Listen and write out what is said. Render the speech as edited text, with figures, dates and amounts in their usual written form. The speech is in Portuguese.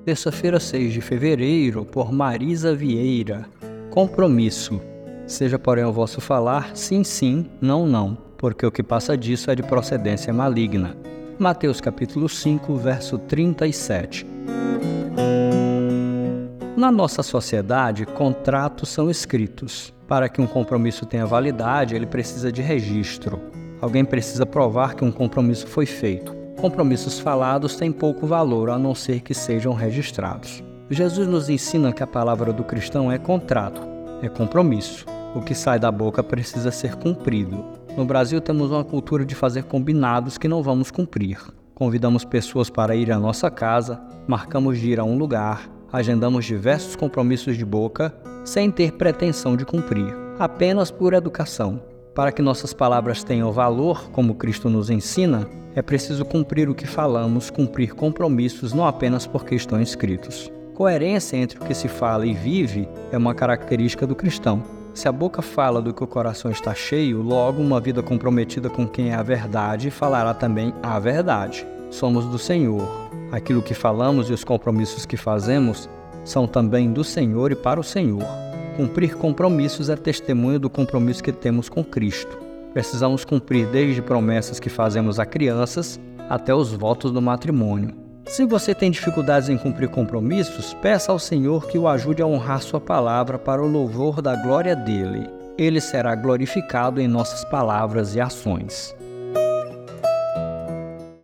Terça-feira, 6 de fevereiro, por Marisa Vieira. Compromisso. Seja, porém, o vosso falar, sim, sim, não, não, porque o que passa disso é de procedência maligna. Mateus capítulo 5, verso 37. Na nossa sociedade, contratos são escritos. Para que um compromisso tenha validade, ele precisa de registro. Alguém precisa provar que um compromisso foi feito. Compromissos falados têm pouco valor, a não ser que sejam registrados. Jesus nos ensina que a palavra do cristão é contrato, é compromisso. O que sai da boca precisa ser cumprido. No Brasil temos uma cultura de fazer combinados que não vamos cumprir. Convidamos pessoas para ir à nossa casa, marcamos de ir a um lugar, agendamos diversos compromissos de boca, sem ter pretensão de cumprir, apenas por educação. Para que nossas palavras tenham valor, como Cristo nos ensina, é preciso cumprir o que falamos, cumprir compromissos não apenas porque estão escritos. Coerência entre o que se fala e vive é uma característica do cristão. Se a boca fala do que o coração está cheio, logo uma vida comprometida com quem é a verdade falará também a verdade. Somos do Senhor. Aquilo que falamos e os compromissos que fazemos são também do Senhor e para o Senhor. Cumprir compromissos é testemunho do compromisso que temos com Cristo. Precisamos cumprir desde promessas que fazemos a crianças até os votos do matrimônio. Se você tem dificuldades em cumprir compromissos, peça ao Senhor que o ajude a honrar sua palavra para o louvor da glória dele. Ele será glorificado em nossas palavras e ações.